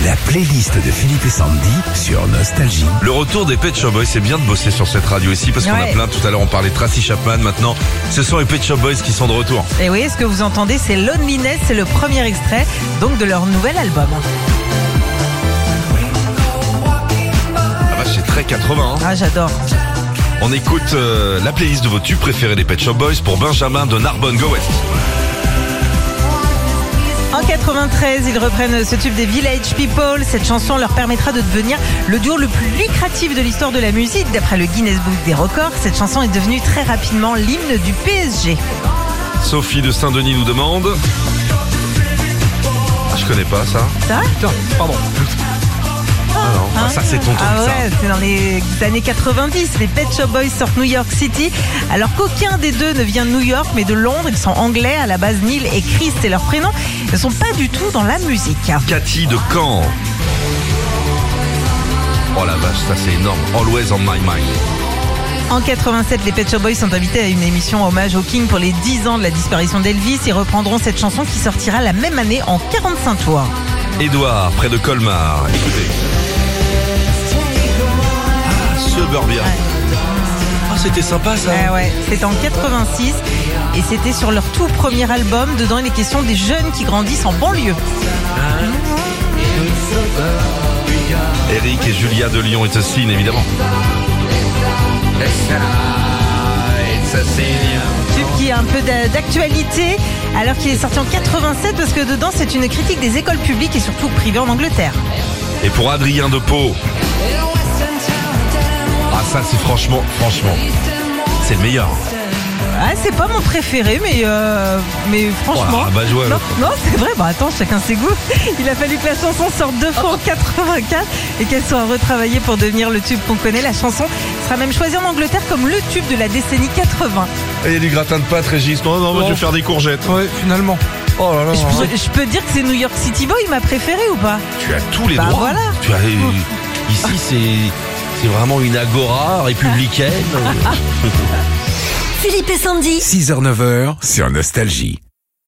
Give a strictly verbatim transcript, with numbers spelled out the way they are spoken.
La playlist de Philippe et Sandy sur Nostalgie. Le retour des Pet Shop Boys, c'est bien de bosser sur cette radio ici parce qu'on Ouais. a plein. Tout à l'heure, on parlait de Tracy Chapman. Maintenant, ce sont les Pet Shop Boys qui sont de retour. Et oui, ce que vous entendez, c'est Loneliness, c'est le premier extrait donc de leur nouvel album. Ah bah, c'est très quatre-vingts. Hein. Ah, j'adore. On écoute euh, la playlist de vos tubes préférés des Pet Shop Boys pour Benjamin de Narbonne. Go West. En quatre-vingt-treize, ils reprennent ce tube des Village People. Cette chanson leur permettra de devenir le duo le plus lucratif de l'histoire de la musique. D'après le Guinness Book des records, cette chanson est devenue très rapidement l'hymne du P S G. Sophie de Saint-Denis nous demande. Ah, je connais pas ça. Ça Putain, pardon. Ah non, ah, ça c'est ton truc Ah ouais, ça. c'est dans les années quatre-vingt-dix. Les Pet Shop Boys sortent New York City. Alors qu'aucun des deux ne vient de New York, mais de Londres. Ils sont anglais. À la base, Neil et Chris, c'est leur prénom. Ils ne sont pas du tout dans la musique. Cathy de Caen. Oh la vache, ça c'est énorme. Always on my mind. En quatre-vingt-sept, les Pet Shop Boys sont invités à une émission hommage au King pour les dix ans de la disparition d'Elvis. Ils reprendront cette chanson qui sortira la même année en quarante-cinq tours. Édouard, près de Colmar. Écoutez. Ah, Suburbia. Ah, c'était sympa ça. Ouais, ouais. C'était en quatre-vingt-six et c'était sur leur tout premier album. Dedans, il est question des jeunes qui grandissent en banlieue. Eric et Julia de Lyon et Scene, évidemment. Tube qui a un peu d'a- d'actualité alors qu'il est sorti en quatre-vingt-sept parce que dedans, c'est une critique des écoles publiques et surtout privées en Angleterre. Et pour Adrien de Pau. Ah, ça c'est franchement, franchement, c'est le meilleur. Ah, c'est pas mon préféré, mais euh, mais franchement. Oh là, bah, je vois, non, l'autre. non, c'est vrai. Bah attends, chacun ses goûts. Il a fallu que la chanson sorte deux fois en quatre-vingt-quatre et qu'elle soit retravaillée pour devenir le tube qu'on connaît. La chanson sera même choisie en Angleterre comme le tube de la décennie quatre-vingts. Et il y a du gratin de pâte, Régis. Non, non, moi, je vais faire des courgettes. Ouais, finalement. Oh là là. Je peux, je peux dire que c'est New York City Boy ma préférée ou pas? Tu as tous les Bah, droits. voilà. Tu as, ici, c'est, c'est vraiment une agora républicaine. Philippe et Sandy. six heures neuf heures sur Nostalgie.